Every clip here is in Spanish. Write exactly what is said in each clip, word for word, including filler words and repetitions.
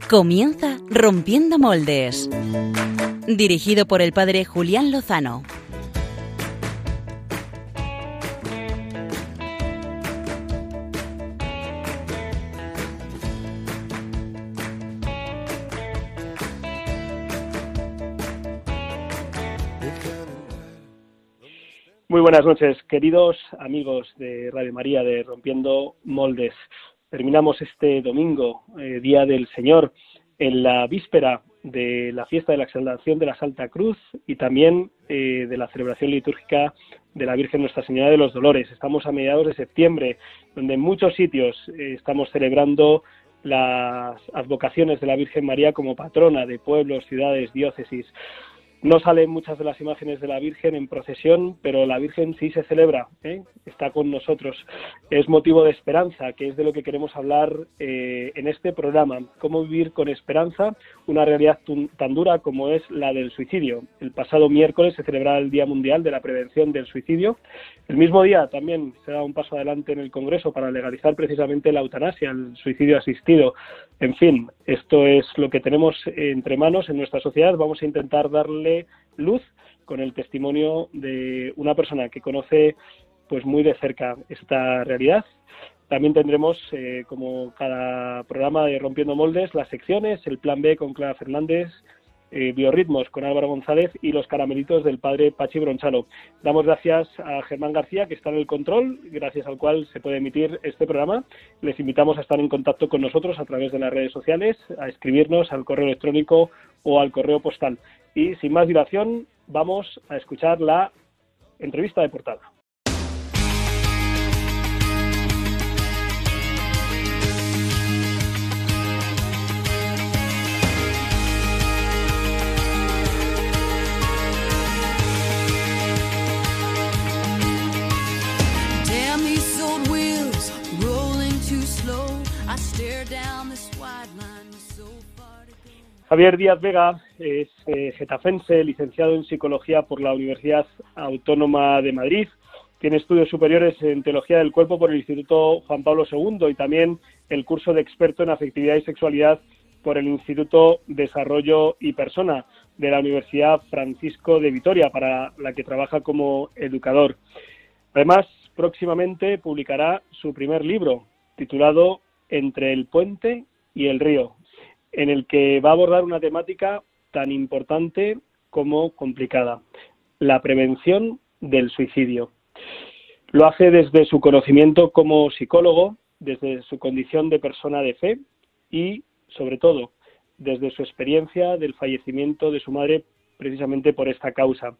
Comienza Rompiendo Moldes, dirigido por el padre Julián Lozano. Muy buenas noches, queridos amigos de Radio María, de Rompiendo Moldes. Terminamos este domingo, eh, Día del Señor, en la víspera de la fiesta de la exaltación de la Santa Cruz y también eh, de la celebración litúrgica de la Virgen Nuestra Señora de los Dolores. Estamos a mediados de septiembre, donde en muchos sitios eh, estamos celebrando las advocaciones de la Virgen María como patrona de pueblos, ciudades, diócesis. No salen muchas de las imágenes de la Virgen en procesión, pero la Virgen sí se celebra, ¿eh? Está con nosotros. Es motivo de esperanza, que es de lo que queremos hablar eh, en este programa. Cómo vivir con esperanza una realidad tan dura como es la del suicidio. El pasado miércoles se celebraba el Día Mundial de la Prevención del Suicidio. El mismo día también se da un paso adelante en el Congreso para legalizar precisamente la eutanasia, el suicidio asistido. En fin, esto es lo que tenemos entre manos en nuestra sociedad. Vamos a intentar darle luz con el testimonio de una persona que conoce pues muy de cerca esta realidad. También tendremos, eh, como cada programa de Rompiendo Moldes, las secciones, el Plan B con Clara Fernández, eh, Biorritmos con Álvaro González y los caramelitos del padre Pachi Bronchalo. Damos gracias a Germán García, que está en el control, gracias al cual se puede emitir este programa. Les invitamos a estar en contacto con nosotros a través de las redes sociales, a escribirnos al correo electrónico o al correo postal. Y sin más dilación, vamos a escuchar la entrevista de portada. Javier Díaz Vega es eh, getafense, licenciado en Psicología por la Universidad Autónoma de Madrid. Tiene estudios superiores en Teología del Cuerpo por el Instituto Juan Pablo segundo y también el curso de experto en afectividad y sexualidad por el Instituto Desarrollo y Persona de la Universidad Francisco de Vitoria, para la que trabaja como educador. Además, próximamente publicará su primer libro, titulado Entre el puente y el río, en el que va a abordar una temática tan importante como complicada: la prevención del suicidio. Lo hace desde su conocimiento como psicólogo, desde su condición de persona de fe y, sobre todo, desde su experiencia del fallecimiento de su madre precisamente por esta causa.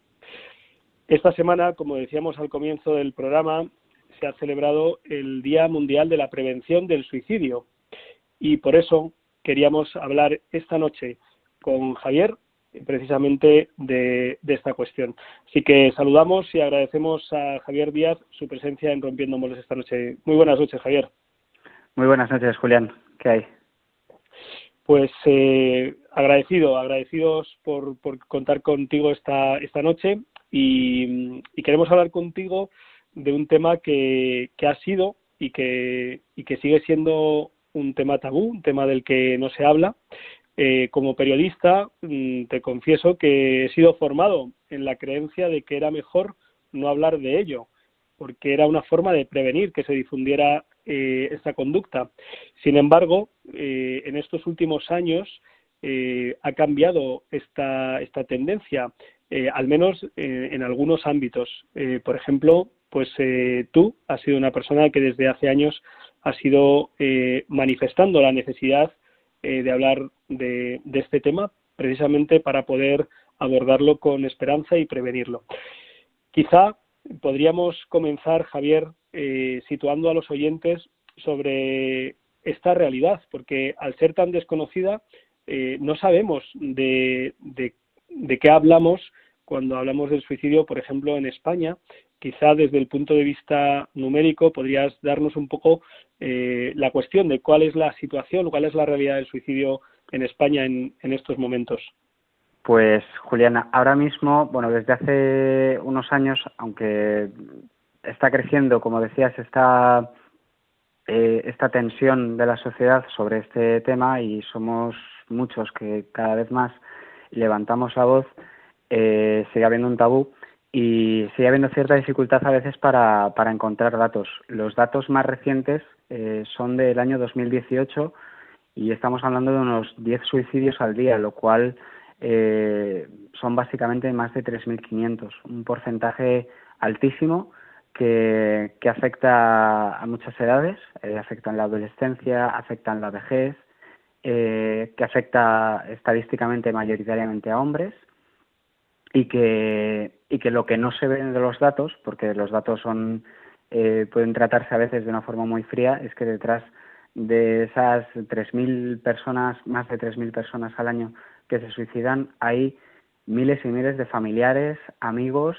Esta semana, como decíamos al comienzo del programa, se ha celebrado el Día Mundial de la Prevención del Suicidio y por eso queríamos hablar esta noche con Javier precisamente de, de esta cuestión. Así que saludamos y agradecemos a Javier Díaz su presencia en Rompiendo Moldes esta noche. Muy buenas noches, Javier. Muy buenas noches, Julián. ¿Qué hay? Pues eh, agradecido, agradecidos por, por contar contigo esta, esta noche y, y queremos hablar contigo de un tema que, que ha sido y que, y que sigue siendo un tema tabú, un tema del que no se habla. Eh, como periodista, mmm, te confieso que he sido formado en la creencia de que era mejor no hablar de ello, porque era una forma de prevenir que se difundiera eh, esta conducta. Sin embargo, eh, en estos últimos años eh, ha cambiado esta, esta tendencia, eh, al menos eh, en algunos ámbitos. Eh, por ejemplo, pues eh, tú has sido una persona que desde hace años ha sido eh, manifestando la necesidad eh, de hablar de, de este tema, precisamente para poder abordarlo con esperanza y prevenirlo. Quizá podríamos comenzar, Javier, eh, situando a los oyentes sobre esta realidad, porque al ser tan desconocida, eh, no sabemos de, de, de qué hablamos cuando hablamos del suicidio, por ejemplo, en España. Quizá desde el punto de vista numérico podrías darnos un poco eh, la cuestión de cuál es la situación, cuál es la realidad del suicidio en España en, en estos momentos. Pues, Juliana, ahora mismo, bueno, desde hace unos años, aunque está creciendo, como decías, está eh, esta tensión de la sociedad sobre este tema, y somos muchos que cada vez más levantamos la voz, eh, sigue habiendo un tabú y sigue habiendo cierta dificultad a veces para, para encontrar datos. Los datos más recientes eh, son del año dos mil dieciocho y estamos hablando de unos diez suicidios al día, lo cual eh, son básicamente más de tres mil quinientos, un porcentaje altísimo que, que afecta a muchas edades, eh, afecta en la adolescencia, afecta en la vejez, eh, que afecta estadísticamente mayoritariamente a hombres, y que y que lo que no se ve de los datos, porque los datos son eh, pueden tratarse a veces de una forma muy fría, es que detrás de esas tres mil personas, más de tres mil personas al año que se suicidan, hay miles y miles de familiares, amigos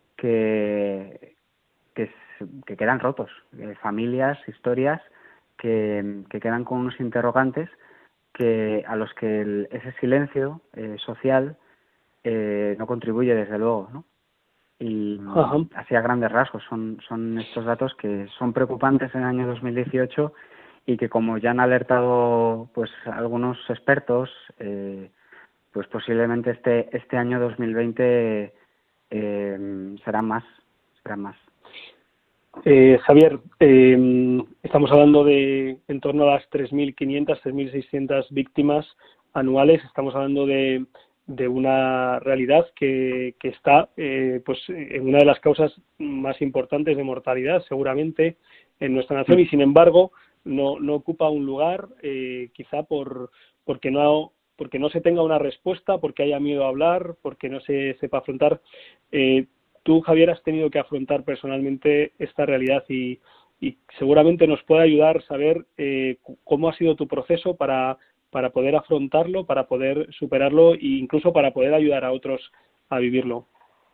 que que, que quedan rotos, eh, familias, historias que, que quedan con unos interrogantes que a los que el, ese silencio eh, social eh, no contribuye, desde luego, ¿no? Y Ajá. así a grandes rasgos son, son estos datos que son preocupantes en el año dos mil dieciocho y que, como ya han alertado pues algunos expertos, eh, pues posiblemente este este año dos mil veinte eh, serán más, serán más. Eh, Javier, eh, estamos hablando de en torno a las tres mil quinientas, tres mil seiscientas víctimas anuales. Estamos hablando de, de una realidad que, que está eh, pues en una de las causas más importantes de mortalidad, seguramente, en nuestra nación, y sin embargo no, no ocupa un lugar, eh, quizá por porque no porque no se tenga una respuesta, porque haya miedo a hablar, porque no se sepa afrontar. Eh, Tú, Javier, has tenido que afrontar personalmente esta realidad y, y seguramente nos puede ayudar saber eh, cómo ha sido tu proceso para, para poder afrontarlo, para poder superarlo e incluso para poder ayudar a otros a vivirlo.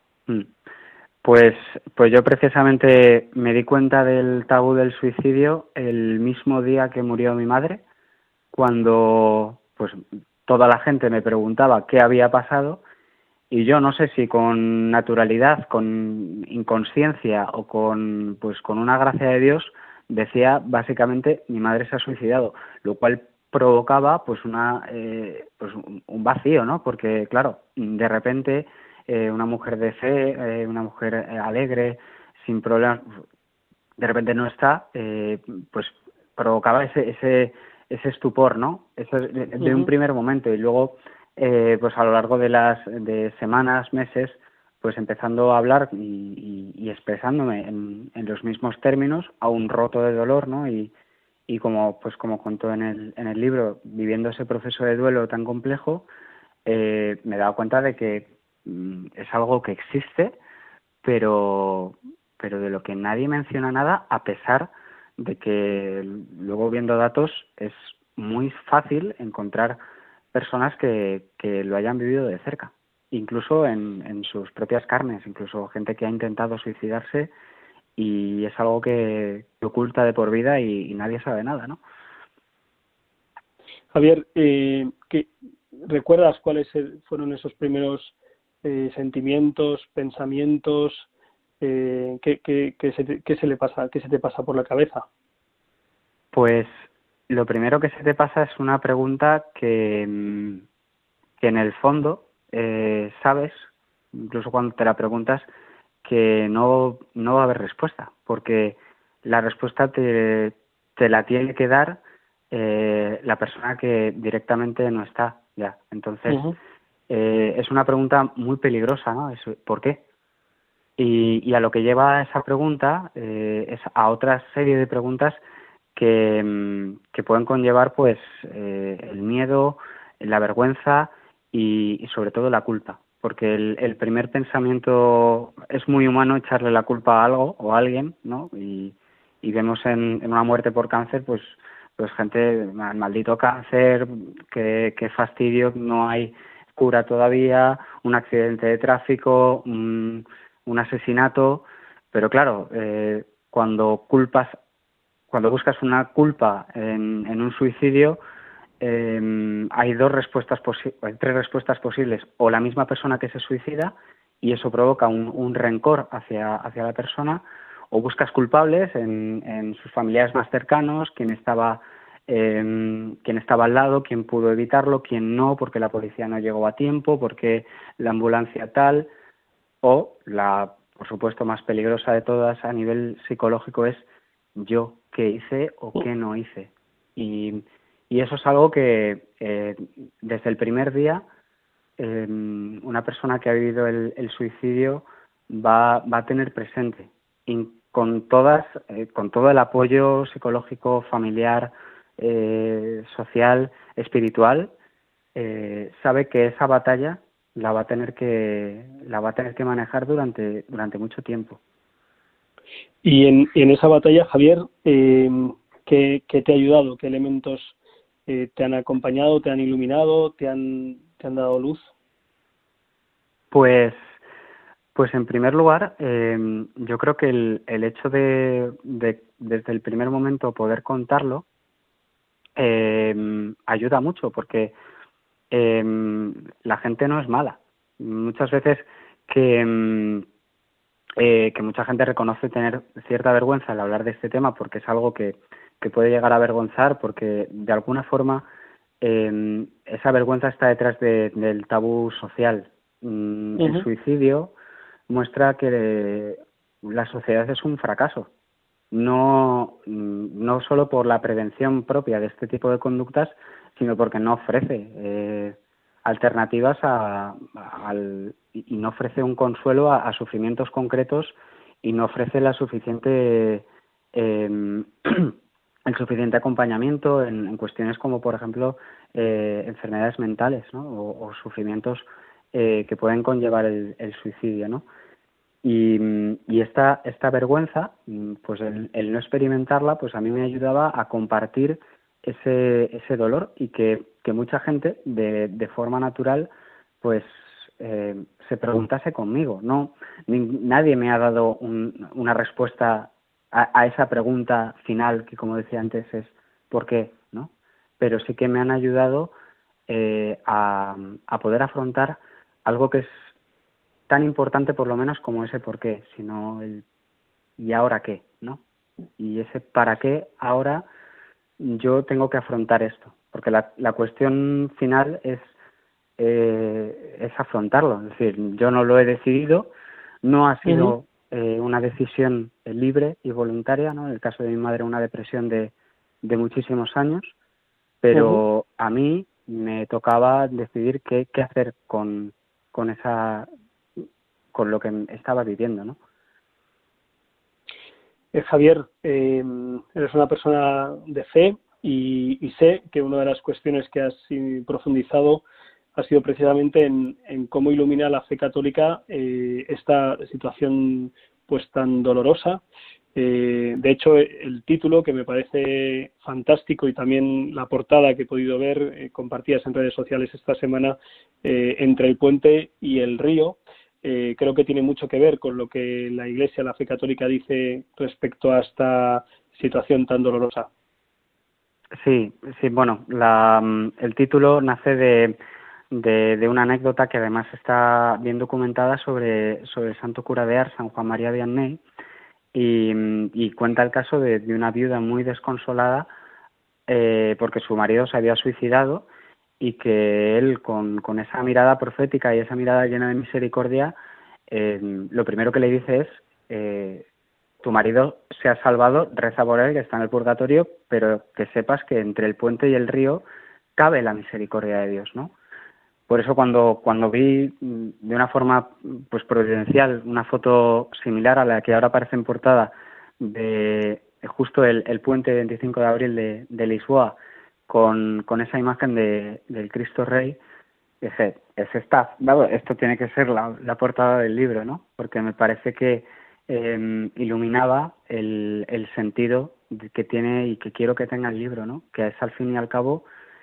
Pues, pues yo precisamente me di cuenta del tabú del suicidio el mismo día que murió mi madre, cuando pues toda la gente me preguntaba qué había pasado. Y yo no sé si con naturalidad, con inconsciencia o con pues con una gracia de Dios, decía básicamente: mi madre se ha suicidado, lo cual provocaba pues una eh, pues un vacío, ¿no? Porque claro, de repente eh, una mujer de fe, eh, una mujer eh, alegre, sin problemas, de repente no está, eh, pues provocaba ese ese ese estupor, ¿no? Eso de, de un primer momento, y luego Eh, pues a lo largo de las de semanas, meses, pues empezando a hablar y, y, y expresándome en, en los mismos términos, aún roto de dolor, ¿no? Y, y como pues como contó en el en el libro, viviendo ese proceso de duelo tan complejo, eh, me he dado cuenta de que mm, es algo que existe, pero pero de lo que nadie menciona nada, a pesar de que luego, viendo datos, es muy fácil encontrar personas que, que lo hayan vivido de cerca, incluso en, en sus propias carnes, incluso gente que ha intentado suicidarse, y es algo que, que oculta de por vida y, y nadie sabe nada, ¿no? Javier, eh, ¿qué, ¿recuerdas cuáles fueron esos primeros eh, sentimientos, pensamientos, eh, que, que, que, se, que se le pasa, que se te pasa por la cabeza? Pues lo primero que se te pasa es una pregunta que, que en el fondo eh, sabes, incluso cuando te la preguntas, que no, no va a haber respuesta, porque la respuesta te, te la tiene que dar eh, la persona que directamente no está ya. Entonces, uh-huh. eh, es una pregunta muy peligrosa, ¿no? Es, ¿por qué? Y, y a lo que lleva esa pregunta eh, es a otra serie de preguntas que, que pueden conllevar pues eh, el miedo, la vergüenza y, y sobre todo la culpa, porque el, el primer pensamiento es muy humano, echarle la culpa a algo o a alguien, ¿no? Y, y vemos en, en una muerte por cáncer pues pues gente, maldito cáncer, qué, qué fastidio, no hay cura todavía, un accidente de tráfico, un, un asesinato, pero claro, eh, cuando culpas Cuando buscas una culpa en, en un suicidio, eh, hay dos respuestas posi- hay tres respuestas posibles: o la misma persona que se suicida y eso provoca un, un rencor hacia hacia la persona, o buscas culpables en, en sus familiares más cercanos, quién estaba, eh, quién estaba al lado, quién pudo evitarlo, quién no, porque la policía no llegó a tiempo, porque la ambulancia tal, o la, por supuesto, más peligrosa de todas a nivel psicológico es yo qué hice o qué no hice. Y, y eso es algo que eh, desde el primer día eh, una persona que ha vivido el, el suicidio va, va a tener presente, y con todas, eh, con todo el apoyo psicológico, familiar, eh, social, espiritual, eh, sabe que esa batalla la va a tener que la va a tener que manejar durante durante mucho tiempo. Y en, en esa batalla, Javier, eh, ¿qué, ¿qué te ha ayudado? ¿Qué elementos eh, te han acompañado, te han iluminado, te han te han dado luz? Pues Pues en primer lugar, eh, yo creo que el, el hecho de, de desde el primer momento poder contarlo eh, ayuda mucho, porque eh, la gente no es mala. Muchas veces que, eh, que mucha gente reconoce tener cierta vergüenza al hablar de este tema, porque es algo que, que puede llegar a avergonzar, porque de alguna forma eh, esa vergüenza está detrás de, del tabú social. Mm, Uh-huh. El suicidio muestra que la sociedad es un fracaso, no, no solo por la prevención propia de este tipo de conductas, sino porque no ofrece eh, alternativas a, a, al, y no ofrece un consuelo a, a sufrimientos concretos, y no ofrece la suficiente eh, el suficiente acompañamiento en, en cuestiones como, por ejemplo, eh, enfermedades mentales, ¿no? o, o sufrimientos eh, que pueden conllevar el, el suicidio, ¿no? Y, y esta esta vergüenza, pues el, el no experimentarla, pues a mí me ayudaba a compartir ese ese dolor, y que, que mucha gente de, de forma natural pues eh, se preguntase conmigo. No, ni, nadie me ha dado un, una respuesta a, a esa pregunta final, que, como decía antes, es ¿por qué?, ¿no? Pero sí que me han ayudado eh, a, a poder afrontar algo que es tan importante, por lo menos, como ese por qué, sino el ¿y ahora qué?, ¿no? Y ese para qué ahora yo tengo que afrontar esto, porque la, la cuestión final es eh, es afrontarlo. Es decir, yo no lo he decidido, no ha sido uh-huh. eh, una decisión libre y voluntaria, ¿no? En el caso de mi madre, una depresión de, de muchísimos años, pero uh-huh. a mí me tocaba decidir qué, qué hacer con, con esa con lo que estaba viviendo, ¿no? Eh, Javier, eh, eres una persona de fe, y, y sé que una de las cuestiones que has profundizado ha sido precisamente en, en cómo ilumina la fe católica eh, esta situación pues tan dolorosa. Eh, de hecho, el título, que me parece fantástico, y también la portada que he podido ver eh, compartidas en redes sociales esta semana, eh, Entre el puente y el río, Eh, creo que tiene mucho que ver con lo que la Iglesia, la fe católica, dice respecto a esta situación tan dolorosa. Sí, sí, bueno, la, el título nace de, de, de una anécdota que además está bien documentada sobre, sobre el santo cura de Ars, San Juan María Vianney, y, y cuenta el caso de, de una viuda muy desconsolada eh, porque su marido se había suicidado, y que él, con, con esa mirada profética y esa mirada llena de misericordia, eh, lo primero que le dice es eh, tu marido se ha salvado, reza por él, que está en el purgatorio, pero que sepas que entre el puente y el río cabe la misericordia de Dios, ¿no? Por eso cuando, cuando vi de una forma pues providencial una foto similar a la que ahora aparece en portada de justo el, el puente veinticinco de abril de, de Lisboa, con, con esa imagen de, del Cristo Rey, dije, es esta, esto tiene que ser la, la portada del libro, ¿no? Porque me parece que eh, iluminaba el, el sentido que tiene y que quiero que tenga el libro, ¿no? Que es, al fin y al cabo,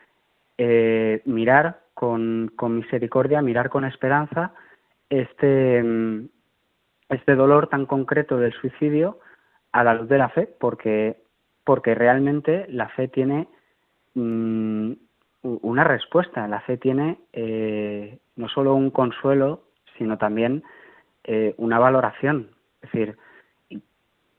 eh, mirar con, con misericordia, mirar con esperanza este, este dolor tan concreto del suicidio a la luz de la fe, porque, porque realmente la fe tiene mmm, una respuesta. La fe tiene eh, no solo un consuelo, sino también eh, una valoración. Es decir,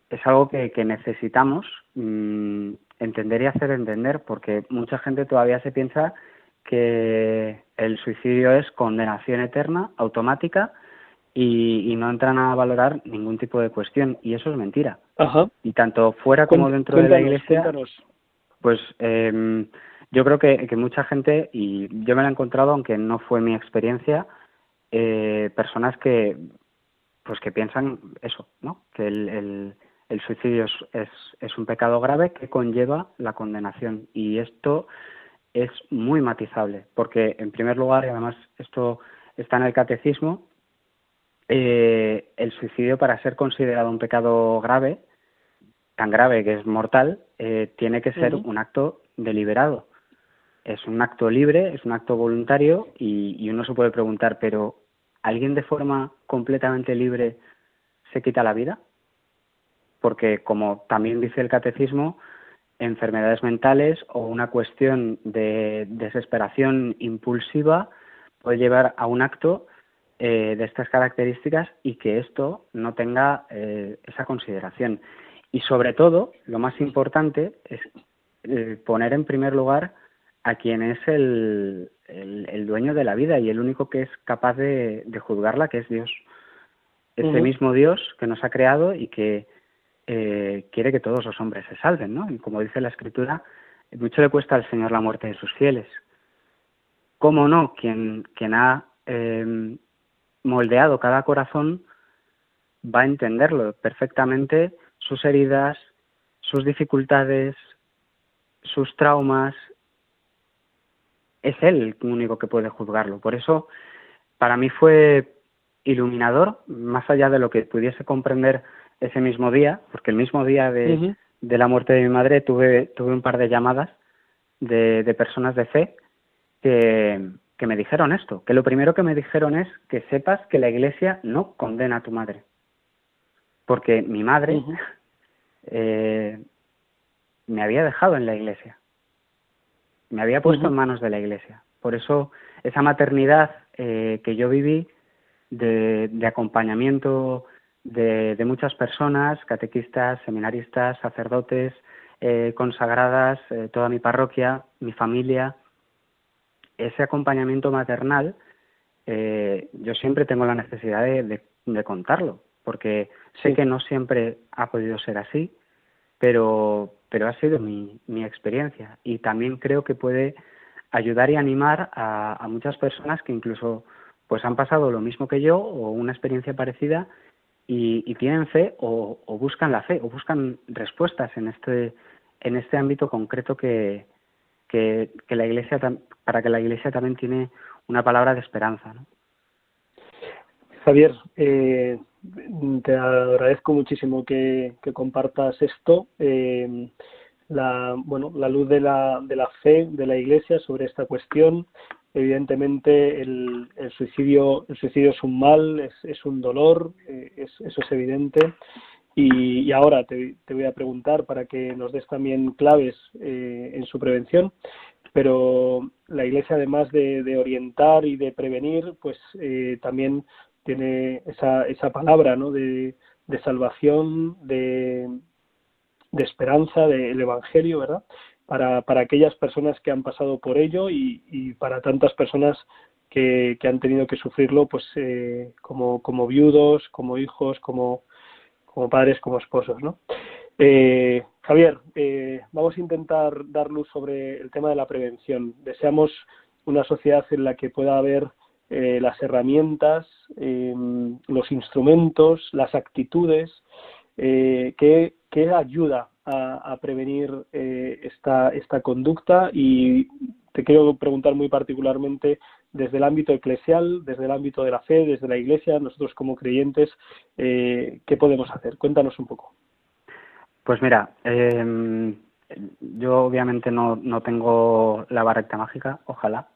es algo que, que necesitamos mmm, entender y hacer entender, porque mucha gente todavía se piensa que el suicidio es condenación eterna, automática, y, y no entran a valorar ningún tipo de cuestión, y eso es mentira. Ajá. Y tanto fuera como dentro cuéntanos, de la Iglesia, cuéntanos. pues eh, yo creo que, que mucha gente, y yo me lo he encontrado, aunque no fue mi experiencia, eh, personas que pues que piensan eso, ¿no? Que el, el, el suicidio es, es, es un pecado grave que conlleva la condenación, y esto es muy matizable, porque en primer lugar, y además esto está en el catecismo, eh, el suicidio, para ser considerado un pecado grave, tan grave que es mortal, eh, tiene que ser uh-huh. un acto deliberado. Es un acto libre, es un acto voluntario, y, y uno se puede preguntar, pero ¿alguien de forma completamente libre se quita la vida? Porque, como también dice el catecismo, enfermedades mentales o una cuestión de desesperación impulsiva puede llevar a un acto eh, de estas características, y que esto no tenga eh, esa consideración. Y sobre todo, lo más importante es eh, poner en primer lugar a quien es el, el, el dueño de la vida y el único que es capaz de, de juzgarla, que es Dios. Ese uh-huh. mismo Dios que nos ha creado y que eh, quiere que todos los hombres se salven, ¿no? Y como dice la Escritura, mucho le cuesta al Señor la muerte de sus fieles. ¿Cómo no? Quien, quien ha eh, moldeado cada corazón va a entenderlo perfectamente, sus heridas, sus dificultades, sus traumas. Es Él el único que puede juzgarlo. Por eso, para mí fue iluminador, más allá de lo que pudiese comprender ese mismo día, porque el mismo día de, uh-huh. de la muerte de mi madre tuve, tuve un par de llamadas de, de personas de fe que, que me dijeron esto, que lo primero que me dijeron es que sepas que la Iglesia no condena a tu madre. Porque mi madre uh-huh. eh, me había dejado en la Iglesia, me había puesto uh-huh. en manos de la Iglesia. Por eso esa maternidad eh, que yo viví de, de acompañamiento de, de muchas personas, catequistas, seminaristas, sacerdotes, eh, consagradas, eh, toda mi parroquia, mi familia, ese acompañamiento maternal, eh, yo siempre tengo la necesidad de, de, de contarlo, porque sé sí. que no siempre ha podido ser así, pero, pero ha sido mi, mi experiencia, y también creo que puede ayudar y animar a, a muchas personas que incluso pues han pasado lo mismo que yo o una experiencia parecida y, y tienen fe o, o buscan la fe o buscan respuestas en este en este ámbito concreto que, que, que la Iglesia para que la Iglesia también tiene una palabra de esperanza, ¿no? Javier, eh, te agradezco muchísimo que, que compartas esto. Eh, la bueno la luz de la de la fe de la Iglesia sobre esta cuestión. Evidentemente el, el suicidio el suicidio es un mal, es, es un dolor, eh, es, eso es evidente. Y, y ahora te, te voy a preguntar para que nos des también claves eh, en su prevención. Pero la Iglesia, además de, de orientar y de prevenir, pues eh, también tiene esa esa palabra, ¿no? de, de salvación, de de esperanza, del Evangelio, ¿verdad? Para, para aquellas personas que han pasado por ello y, y para tantas personas que, que han tenido que sufrirlo, pues eh, como, como viudos, como hijos, como, como padres, como esposos, ¿no? Eh, Javier, eh, vamos a intentar dar luz sobre el tema de la prevención. Deseamos una sociedad en la que pueda haber eh, las herramientas, eh, los instrumentos, las actitudes, eh, que que ayuda a, a prevenir eh, esta esta conducta. Y te quiero preguntar muy particularmente desde el ámbito eclesial, desde el ámbito de la fe, desde la Iglesia, nosotros como creyentes, eh, ¿qué podemos hacer? Cuéntanos un poco. Pues mira, eh, yo obviamente no, no tengo la varita mágica, ojalá.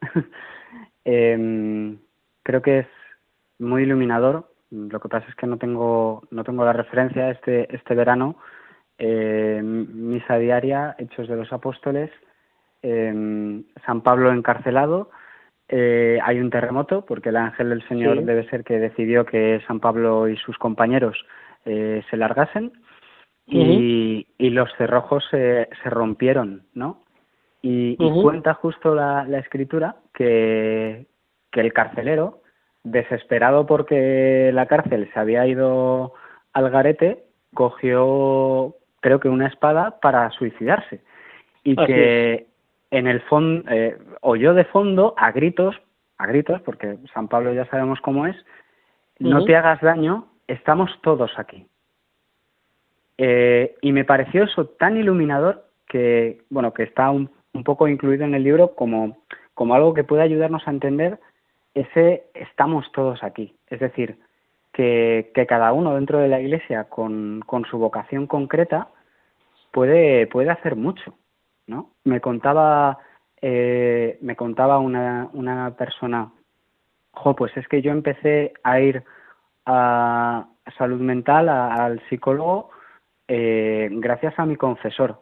eh, creo que es muy iluminador. Lo que pasa es que no tengo no tengo la referencia. Este este verano, eh, misa diaria, Hechos de los Apóstoles, eh, San Pablo encarcelado, eh, hay un terremoto porque el ángel del Señor sí. debe ser que decidió que San Pablo y sus compañeros eh, se largasen, y, uh-huh. y los cerrojos se, se rompieron, ¿no? Y, uh-huh. y cuenta justo la, la escritura que, que el carcelero, desesperado porque la cárcel se había ido al garete, cogió, creo que una espada para suicidarse. Y Así que es. en el fondo, eh, oyó de fondo a gritos, a gritos, porque San Pablo ya sabemos cómo es, uh-huh. no te hagas daño, estamos todos aquí. Eh, y me pareció eso tan iluminador que, bueno, que está un, un poco incluido en el libro como, como algo que puede ayudarnos a entender ese estamos todos aquí. Es decir, que, que cada uno dentro de la Iglesia con, con su vocación concreta puede, puede hacer mucho, ¿no? Me contaba, eh, me contaba una, una persona, jo, pues es que yo empecé a ir a salud mental, a, al psicólogo, eh, gracias a mi confesor.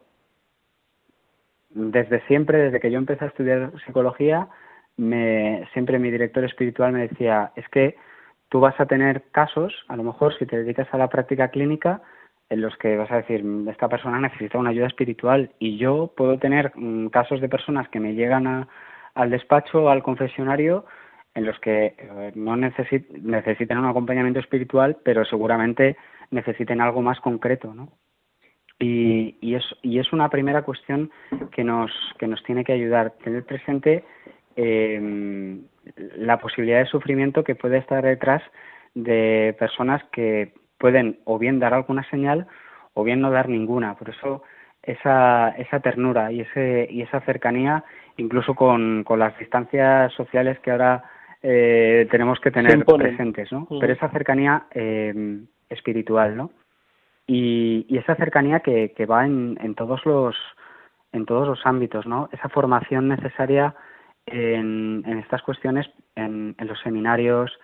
Desde siempre, desde que yo empecé a estudiar psicología, me, siempre mi director espiritual me decía, es que tú vas a tener casos, a lo mejor si te dedicas a la práctica clínica, en los que vas a decir, esta persona necesita una ayuda espiritual, y yo puedo tener mm, casos de personas que me llegan a, al despacho, al confesionario, en los que eh, no necesit, necesiten un acompañamiento espiritual, pero seguramente necesiten algo más concreto, ¿no? Y, y, es, y es una primera cuestión que nos, que nos tiene que ayudar, tener presente eh, la posibilidad de sufrimiento que puede estar detrás de personas que pueden o bien dar alguna señal o bien no dar ninguna. Por eso esa, esa ternura y, ese, y esa cercanía, incluso con, con las distancias sociales que ahora eh, tenemos que tener presentes, ¿no? Uh-huh. Pero esa cercanía eh, espiritual, ¿no? Y, y esa cercanía que, que va en, en todos los en todos los ámbitos, ¿no? Esa formación necesaria en, en estas cuestiones, en, en los seminarios,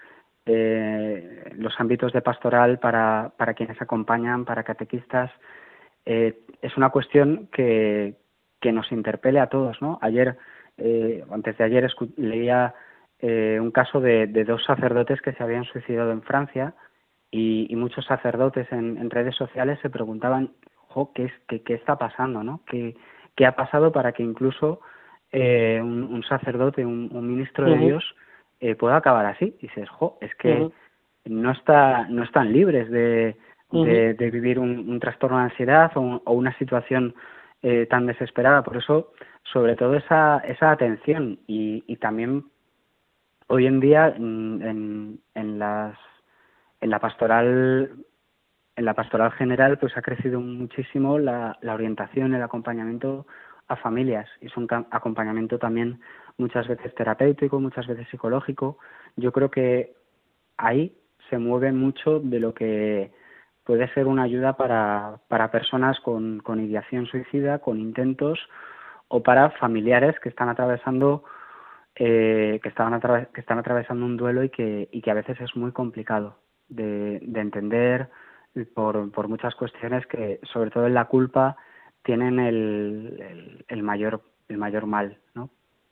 eh, los ámbitos de pastoral para, para quienes acompañan, para catequistas, eh, es una cuestión que, que nos interpele a todos, ¿no? Ayer, eh, antes de ayer, escu- leía eh, un caso de, de dos sacerdotes que se habían suicidado en Francia. Y, y muchos sacerdotes en, en redes sociales se preguntaban, jo, ¿qué, es, qué, qué está pasando, ¿no? ¿Qué, qué ha pasado para que incluso eh, un, un sacerdote, un, un ministro uh-huh. de Dios eh, pueda acabar así? Y dices, jo, es que uh-huh. no está, no están libres de, uh-huh. de, de vivir un, un trastorno de ansiedad o, o una situación eh, tan desesperada. Por eso, sobre todo esa, esa atención y, y también hoy en día en, en, en las En la pastoral, en la pastoral general, pues ha crecido muchísimo la, la orientación, el acompañamiento a familias. Y es un acompañamiento también muchas veces terapéutico, muchas veces psicológico. Yo creo que ahí se mueve mucho de lo que puede ser una ayuda para, para personas con, con ideación suicida, con intentos, o para familiares que están atravesando eh, que, estaban atra- que están atravesando un duelo y que, y que a veces es muy complicado de, de entender por, por muchas cuestiones que, sobre todo en la culpa, tienen el, el, el mayor el mayor mal, ¿no?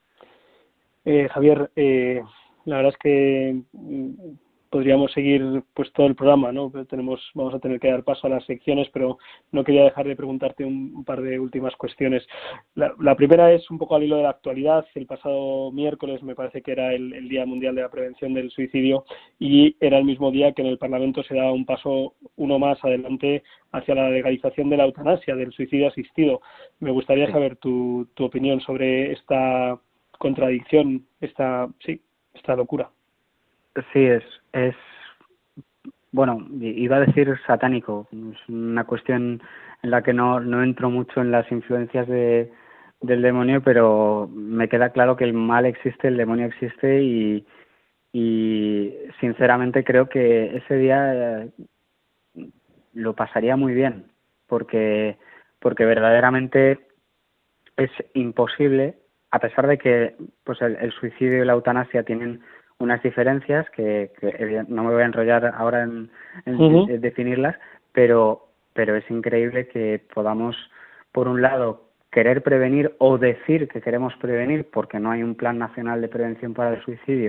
Eh, Javier, eh, la verdad es que podríamos seguir pues todo el programa, ¿no? Pero tenemos, vamos a tener que dar paso a las secciones, pero no quería dejar de preguntarte un, un par de últimas cuestiones. La, la primera es un poco al hilo de la actualidad. El pasado miércoles me parece que era el, el Día Mundial de la Prevención del Suicidio y era el mismo día que en el Parlamento se daba un paso uno más adelante hacia la legalización de la eutanasia, del suicidio asistido. Me gustaría saber tu, tu opinión sobre esta contradicción, esta, sí, esta locura. Sí, es, es, bueno, iba a decir satánico, es una cuestión en la que no, no entro mucho en las influencias de, del demonio, pero me queda claro que el mal existe, el demonio existe y, y sinceramente creo que ese día eh, lo pasaría muy bien, porque, porque verdaderamente es imposible, a pesar de que pues el, el suicidio y la eutanasia tienen unas diferencias que, que no me voy a enrollar ahora en, en, uh-huh. en definirlas, pero pero es increíble que podamos, por un lado, querer prevenir o decir que queremos prevenir porque no hay un plan nacional de prevención para el suicidio.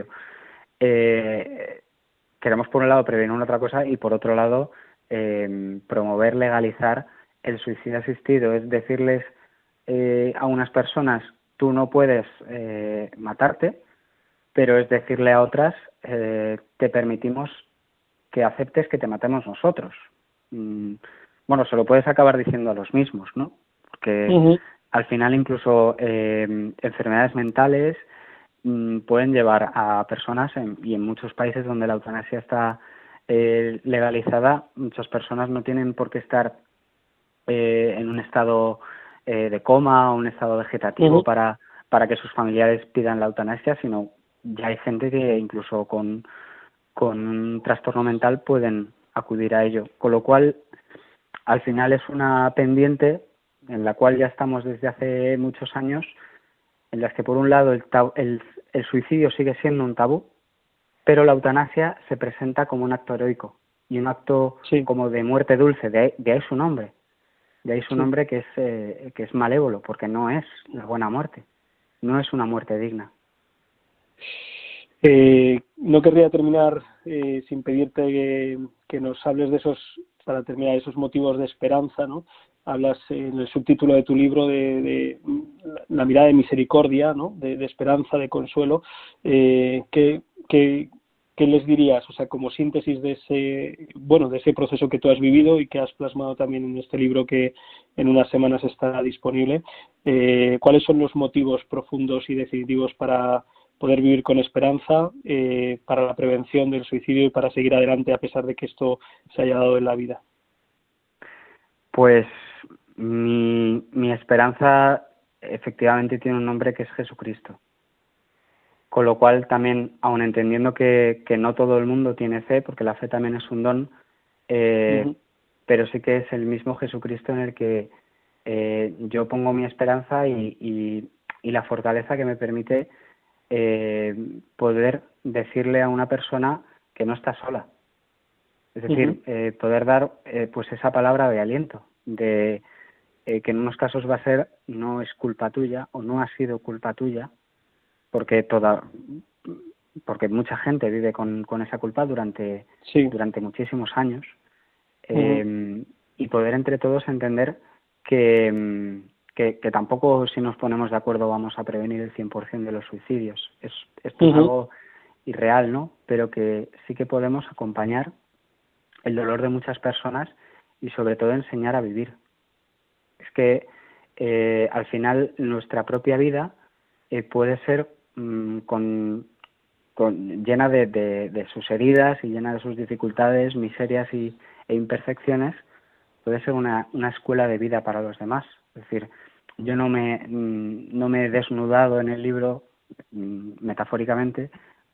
Eh, queremos, por un lado, prevenir una otra cosa y, por otro lado, eh, promover, legalizar el suicidio asistido es decirles eh, a unas personas, tú no puedes eh, matarte, pero es decirle a otras, eh, te permitimos que aceptes que te matemos nosotros. Mm, bueno, se lo puedes acabar diciendo a los mismos, ¿no? Porque uh-huh. al final incluso eh, enfermedades mentales mm, pueden llevar a personas, en, y en muchos países donde la eutanasia está eh, legalizada, muchas personas no tienen por qué estar eh, en un estado eh, de coma o un estado vegetativo uh-huh. para, para que sus familiares pidan la eutanasia, sino ya hay gente que incluso con, con un trastorno mental pueden acudir a ello. Con lo cual, al final es una pendiente en la cual ya estamos desde hace muchos años, en las que por un lado el, tab- el, el suicidio sigue siendo un tabú, pero la eutanasia se presenta como un acto heroico y un acto sí. como de muerte dulce, de, de ahí su nombre, de ahí su sí. nombre que es, eh, que es malévolo, porque no es la buena muerte, no es una muerte digna. Eh, no querría terminar eh, sin pedirte que, que nos hables de esos, para terminar, esos motivos de esperanza, ¿no? Hablas en el subtítulo de tu libro de, de la mirada de misericordia, ¿no? De, de esperanza, de consuelo. Eh, ¿qué, qué, ¿Qué les dirías? O sea, como síntesis de ese, bueno, de ese proceso que tú has vivido y que has plasmado también en este libro que en unas semanas estará disponible. Eh, ¿Cuáles son los motivos profundos y definitivos para poder vivir con esperanza, eh, para la prevención del suicidio y para seguir adelante a pesar de que esto se haya dado en la vida? Pues mi, mi esperanza efectivamente tiene un nombre que es Jesucristo. Con lo cual también, aun entendiendo que, que no todo el mundo tiene fe, porque la fe también es un don, eh, uh-huh. pero sí que es el mismo Jesucristo en el que eh, yo pongo mi esperanza y, y, y la fortaleza que me permite eh, poder decirle a una persona que no está sola. Es decir, uh-huh. eh, poder dar eh, pues esa palabra de aliento, de eh, que en unos casos va a ser no es culpa tuya o no ha sido culpa tuya, porque toda porque mucha gente vive con, con esa culpa durante sí. durante muchísimos años uh-huh. eh, y poder entre todos entender que, que que tampoco si nos ponemos de acuerdo vamos a prevenir el cien por ciento de los suicidios. Es, esto uh-huh. es algo irreal, ¿no? Pero que sí que podemos acompañar el dolor de muchas personas y sobre todo enseñar a vivir. Es que eh, al final nuestra propia vida eh, puede ser mmm, con, con llena de, de, de sus heridas y llena de sus dificultades, miserias y, e imperfecciones, puede ser una, una escuela de vida para los demás. Es decir, yo no me, no me he desnudado en el libro, metafóricamente,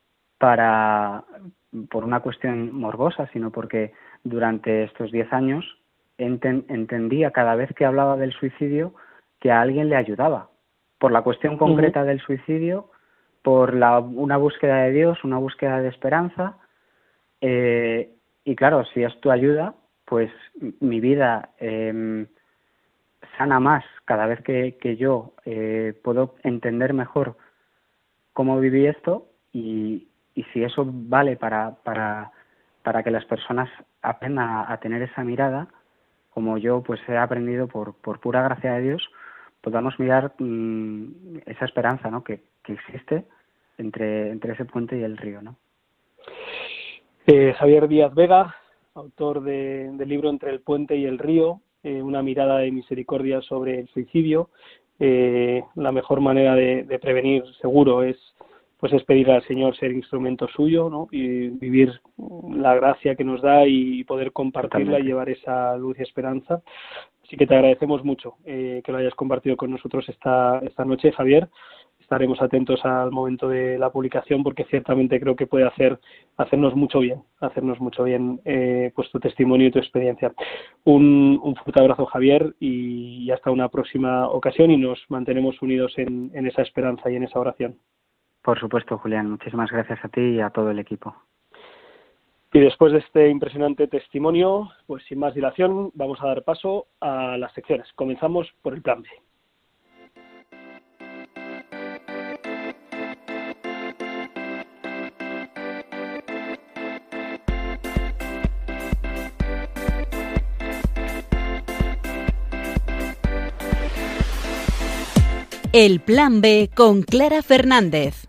para por una cuestión morbosa, sino porque durante estos diez años enten, entendía cada vez que hablaba del suicidio que a alguien le ayudaba, por la cuestión concreta uh-huh. del suicidio, por la, una búsqueda de Dios, una búsqueda de esperanza, eh, y claro, si es tu ayuda, pues mi vida eh, sana más cada vez que, que yo eh, puedo entender mejor cómo viví esto y, y si eso vale para, para, para que las personas aprendan a, a tener esa mirada, como yo pues he aprendido por, por pura gracia de Dios, podamos mirar mmm, esa esperanza, ¿no? que, que existe entre, entre ese puente y el río, ¿no? Eh, Javier Díaz Vega, autor de, del libro Entre el puente y el río, eh, una mirada de misericordia sobre el suicidio. Eh, la mejor manera de, de prevenir, seguro, es pues es pedir al Señor ser instrumento suyo, ¿no? Y vivir la gracia que nos da y poder compartirla Totalmente. Y llevar esa luz y esperanza. Así que te agradecemos mucho eh, que lo hayas compartido con nosotros esta, esta noche, Javier. Estaremos atentos al momento de la publicación porque ciertamente creo que puede hacer hacernos mucho bien, hacernos mucho bien eh, pues tu testimonio y tu experiencia. Un, un fuerte abrazo, Javier, y hasta una próxima ocasión y nos mantenemos unidos en, en esa esperanza y en esa oración. Por supuesto, Julián. Muchísimas gracias a ti y a todo el equipo. Y después de este impresionante testimonio, pues sin más dilación, vamos a dar paso a las secciones. Comenzamos por el plan B. El Plan B con Clara Fernández.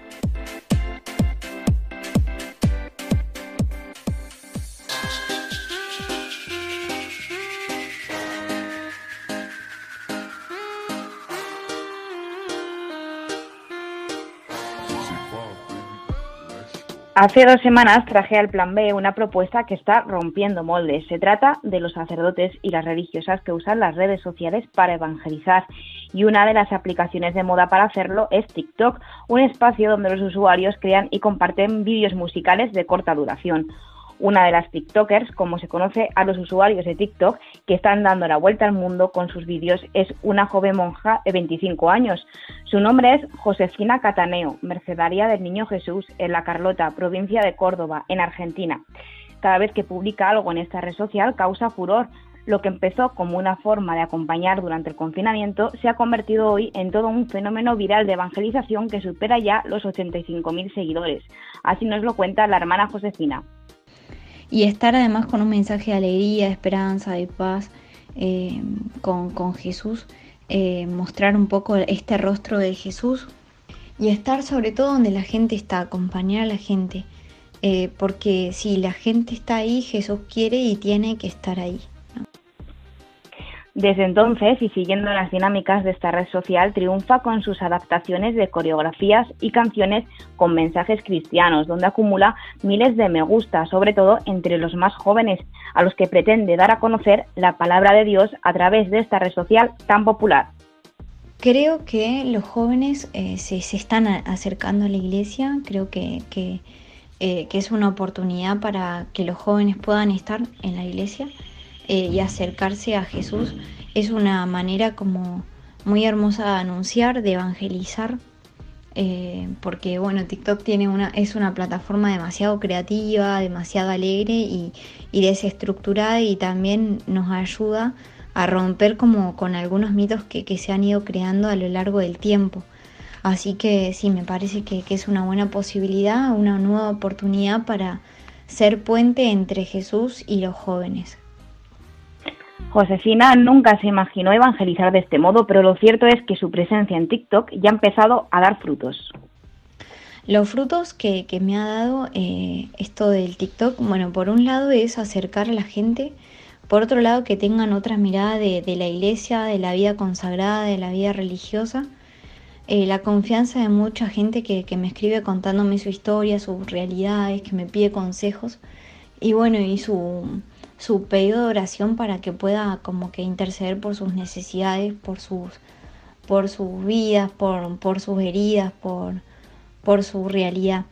Hace dos semanas traje al Plan B una propuesta que está rompiendo moldes. Se trata de los sacerdotes y las religiosas que usan las redes sociales para evangelizar. Y una de las aplicaciones de moda para hacerlo es TikTok, un espacio donde los usuarios crean y comparten vídeos musicales de corta duración. Una de las TikTokers, como se conoce a los usuarios de TikTok, que están dando la vuelta al mundo con sus vídeos, es una joven monja de veinticinco años. Su nombre es Josefina Cataneo, mercedaria del Niño Jesús en La Carlota, provincia de Córdoba, en Argentina. Cada vez que publica algo en esta red social causa furor. Lo que empezó como una forma de acompañar durante el confinamiento se ha convertido hoy en todo un fenómeno viral de evangelización que supera ya los ochenta y cinco mil seguidores. Así nos lo cuenta la hermana Josefina. Y estar además con un mensaje de alegría, de esperanza, de paz, eh, con, con Jesús, eh, mostrar un poco este rostro de Jesús y estar sobre todo donde la gente está, acompañar a la gente, eh, porque si la gente está ahí, Jesús quiere y tiene que estar ahí, ¿no? Desde entonces, y siguiendo las dinámicas de esta red social, triunfa con sus adaptaciones de coreografías y canciones con mensajes cristianos, donde acumula miles de me gusta, sobre todo entre los más jóvenes, a los que pretende dar a conocer la palabra de Dios a través de esta red social tan popular. Creo que los jóvenes eh, se, se están acercando a la iglesia, creo que, que, eh, que es una oportunidad para que los jóvenes puedan estar en la iglesia. Eh, y acercarse a Jesús es una manera como muy hermosa de anunciar, de evangelizar, eh, porque bueno, TikTok tiene una, es una plataforma demasiado creativa, demasiado alegre y, y desestructurada, y también nos ayuda a romper como con algunos mitos que, que se han ido creando a lo largo del tiempo. Así que sí, me parece que, que es una buena posibilidad, una nueva oportunidad para ser puente entre Jesús y los jóvenes. Josefina nunca se imaginó evangelizar de este modo, pero lo cierto es que su presencia en TikTok ya ha empezado a dar frutos. Los frutos que, que me ha dado eh, esto del TikTok, bueno, por un lado es acercar a la gente, por otro lado que tengan otra mirada de, de la iglesia, de la vida consagrada, de la vida religiosa, eh, la confianza de mucha gente que, que me escribe contándome su historia, sus realidades, que me pide consejos, y bueno, y su... su pedido de oración para que pueda como que interceder por sus necesidades, por sus, por sus vidas, por, por sus heridas, por, por su realidad.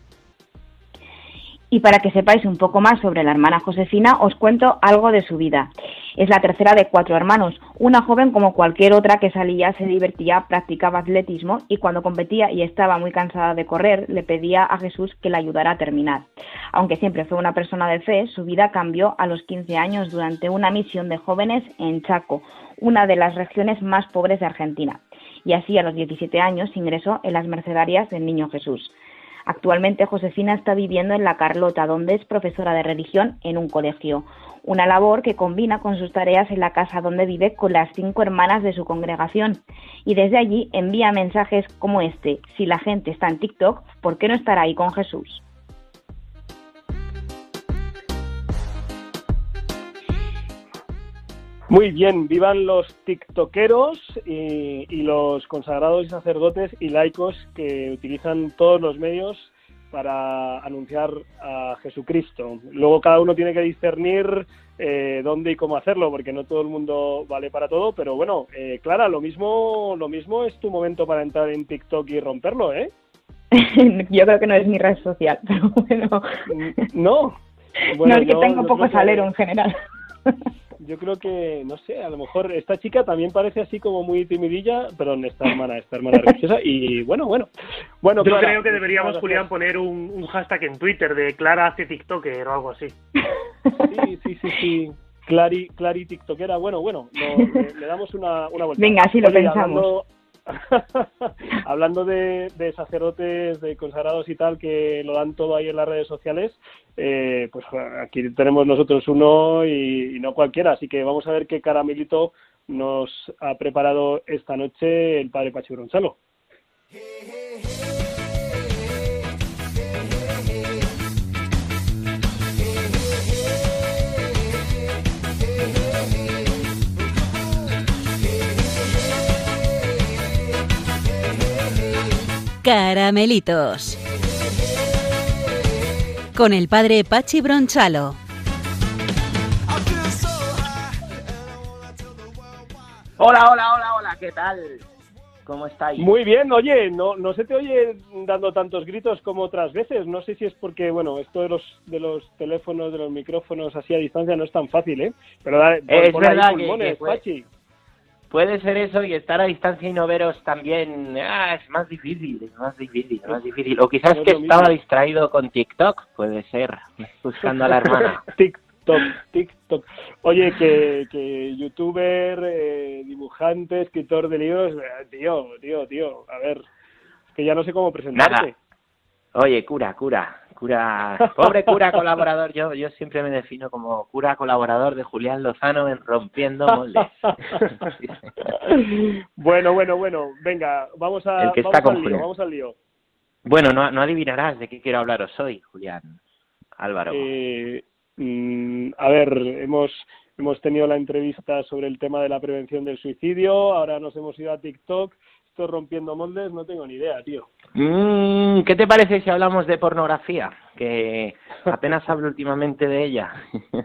Y para que sepáis un poco más sobre la hermana Josefina, os cuento algo de su vida. Es la tercera de cuatro hermanos, una joven como cualquier otra que salía, se divertía, practicaba atletismo y cuando competía y estaba muy cansada de correr, le pedía a Jesús que la ayudara a terminar. Aunque siempre fue una persona de fe, su vida cambió a los quince años durante una misión de jóvenes en Chaco, una de las regiones más pobres de Argentina. Y así a los diecisiete años ingresó en las mercedarias del Niño Jesús. Actualmente Josefina está viviendo en La Carlota, donde es profesora de religión en un colegio, una labor que combina con sus tareas en la casa donde vive con las cinco hermanas de su congregación. Y desde allí envía mensajes como este: si la gente está en TikTok, ¿por qué no estar ahí con Jesús? Muy bien, vivan los tiktokeros y, y los consagrados y sacerdotes y laicos que utilizan todos los medios para anunciar a Jesucristo. Luego cada uno tiene que discernir eh, dónde y cómo hacerlo, porque no todo el mundo vale para todo, pero bueno, eh, Clara, lo mismo, lo mismo es tu momento para entrar en TikTok y romperlo, ¿eh? Yo creo que no es mi red social, pero bueno. No. Bueno, no, es que yo, tengo yo poco creo salero que... en general. Yo creo que, no sé, a lo mejor esta chica también parece así como muy timidilla, perdón, esta hermana, esta hermana religiosa, y bueno, bueno. bueno Yo Clara, creo que deberíamos, gracias. Julián, poner un, un hashtag en Twitter de Clara hace TikToker o algo así. Sí, sí, sí, sí. Clari, Clari TikTokera, bueno, bueno, lo, le, le damos una, una vuelta. Venga, así lo Oye, pensamos. Hablando, hablando de, de sacerdotes, de consagrados y tal, que lo dan todo ahí en las redes sociales, eh, pues aquí tenemos nosotros uno y, y no cualquiera, así que vamos a ver qué caramelito nos ha preparado esta noche el padre Pachi Gonzalo. Caramelitos. Con el padre Pachi Bronchalo. Hola, hola, hola, hola, ¿qué tal? ¿Cómo estáis? Muy bien, oye, no no se te oye dando tantos gritos como otras veces. No sé si es porque, bueno, esto de los de los teléfonos, de los micrófonos así a distancia no es tan fácil, ¿eh? Pero dale, pon, es pon verdad ahí pulmones, que, que puede, Pachi. puede ser eso, y estar a distancia y no veros también, ah, es más difícil, es más difícil, es más difícil. O quizás No es que lo estaba mismo. distraído con TikTok, puede ser, buscando a la hermana. TikTok, TikTok. Oye, que, que youtuber, eh, dibujante, escritor de libros, eh, tío, tío, tío, a ver, es que ya no sé cómo presentarte. Nada. Oye, cura, cura, cura, pobre cura colaborador, yo yo siempre me defino como cura colaborador de Julián Lozano en Rompiendo Moldes. Bueno, bueno, bueno, venga, vamos a El que vamos está con al lío, Julián. vamos al lío. Bueno, no, no adivinarás de qué quiero hablaros hoy, Julián, Álvaro. Eh, mm, a ver, hemos hemos tenido la entrevista sobre el tema de la prevención del suicidio, ahora nos hemos ido a TikTok, estoy rompiendo moldes, no tengo ni idea, tío. Mm, ¿Qué te parece si hablamos de pornografía? Que apenas hablo últimamente de ella.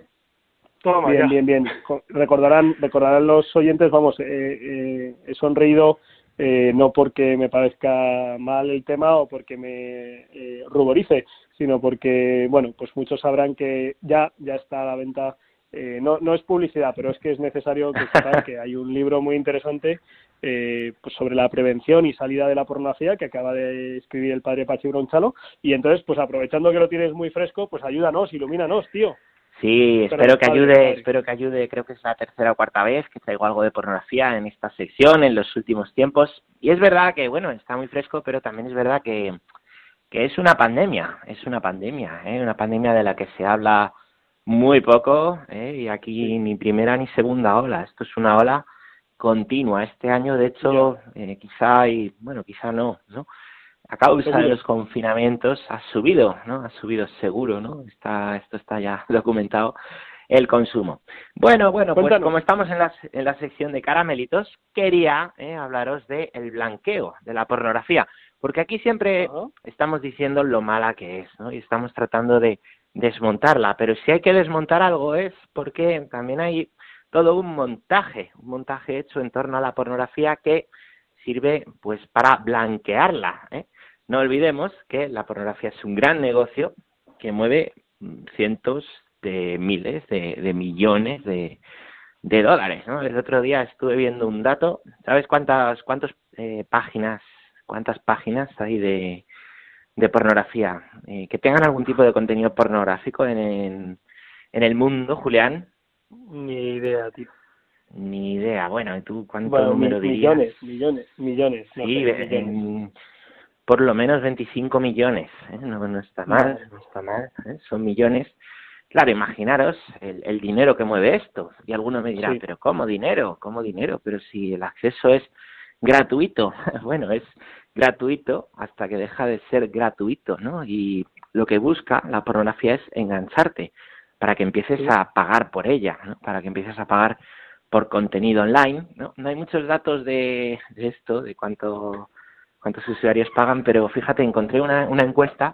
Toma, bien, ya. bien, bien. Recordarán, recordarán los oyentes, vamos, eh, eh, he sonreído eh, no porque me parezca mal el tema o porque me eh, ruborice, sino porque, bueno, pues muchos sabrán que ya ya está a la venta. Eh, no, no es publicidad, pero es que es necesario que sepan que hay un libro muy interesante eh, pues sobre la prevención y salida de la pornografía que acaba de escribir el padre Pachi Bronchalo, y entonces, pues aprovechando que lo tienes muy fresco, pues ayúdanos, ilumínanos, tío. Sí, Pero, espero que padre, ayude, padre. espero que ayude, creo que es la tercera o cuarta vez que traigo algo de pornografía en esta sección en los últimos tiempos. Y es verdad que, bueno, está muy fresco, pero también es verdad que, que es una pandemia, es una pandemia, ¿eh? Una pandemia de la que se habla muy poco, ¿eh? Y aquí ni primera ni segunda ola, esto es una ola continua. Este año, de hecho, eh, quizá, y bueno, quizá no, ¿no? A causa de los confinamientos ha subido, ¿no? Ha subido seguro, ¿no? Está, esto está ya documentado, el consumo. Bueno, bueno, pues Cuéntanos. como estamos en la, en la sección de caramelitos, quería eh, hablaros de el blanqueo, de la pornografía, porque aquí siempre Ajá. estamos diciendo lo mala que es, ¿no? Y estamos tratando de desmontarla, pero si hay que desmontar algo es porque también hay todo un montaje, un montaje hecho en torno a la pornografía que sirve pues para blanquearla, ¿eh? No olvidemos que la pornografía es un gran negocio que mueve cientos de miles de, de millones de, de dólares, ¿no? El otro día estuve viendo un dato, ¿sabes cuántas cuántas eh, páginas cuántas páginas hay de, de pornografía eh, que tengan algún tipo de contenido pornográfico en, en, en el mundo, Julián? Ni idea, tío. Ni idea. Bueno, ¿y tú cuánto Bueno, número mi, dirías? millones, millones, millones. No Sí, sé, eh, millones. en- por lo menos veinticinco millones, ¿eh? No, no está mal, no está mal, ¿eh? Son millones. Claro, imaginaros el, el dinero que mueve esto. Y alguno me dirá, Sí. pero ¿cómo dinero? ¿Cómo dinero? Pero si el acceso es gratuito. Bueno, es gratuito hasta que deja de ser gratuito, ¿no? Y lo que busca la pornografía es engancharte para que empieces Sí. a pagar por ella, ¿no? Para que empieces a pagar por contenido online, ¿no? No hay muchos datos de, de esto, de cuánto cuántos usuarios pagan, pero fíjate, encontré una, una encuesta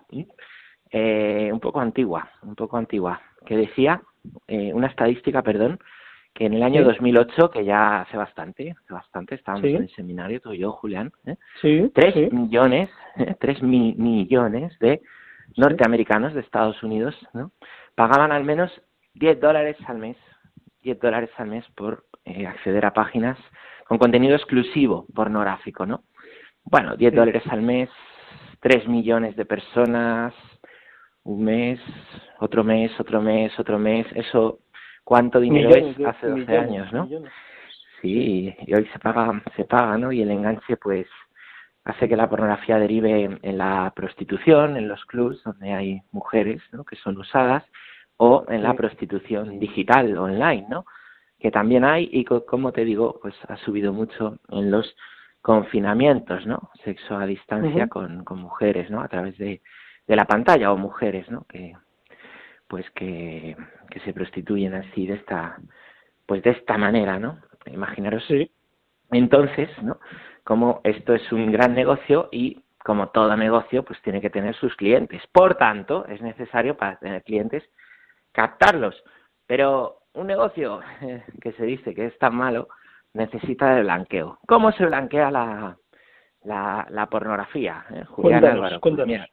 eh, un poco antigua, un poco antigua, que decía, eh, una estadística, perdón, que en el año Sí. dos mil ocho, que ya hace bastante, hace bastante, estábamos Sí. en el seminario, tú y yo, Julián, ¿eh? Sí, tres sí. millones, ¿eh? tres mi- millones de norteamericanos de Estados Unidos, ¿no? Pagaban al menos diez dólares al mes, diez dólares al mes por eh, acceder a páginas con contenido exclusivo pornográfico, ¿no? Bueno, diez Sí. dólares al mes, tres millones de personas, un mes, otro mes, otro mes, otro mes, eso, ¿cuánto dinero Millones es de- hace doce millones, años, no? millones. Sí, y hoy se paga, se paga, ¿no? Y el enganche, pues, hace que la pornografía derive en, en la prostitución, en los clubs donde hay mujeres, ¿no? Que son usadas, o en la Sí. prostitución digital, online, ¿no? Que también hay y, co- como te digo, pues ha subido mucho en los confinamientos, ¿no? Sexo a distancia uh-huh. con, con mujeres, ¿no? A través de, de la pantalla, o mujeres, ¿no? Que pues que, que se prostituyen así de esta pues de esta manera, ¿no? Imaginaros sí. Entonces, ¿no? Como esto es un gran negocio y como todo negocio, pues tiene que tener sus clientes. Por tanto, es necesario para tener clientes captarlos. Pero un negocio eh, que se dice que es tan malo necesita de blanqueo. ¿Cómo se blanquea la, la, la pornografía? Eh? Julián cuéntanos, Álvaro. Cuéntanos. Mira,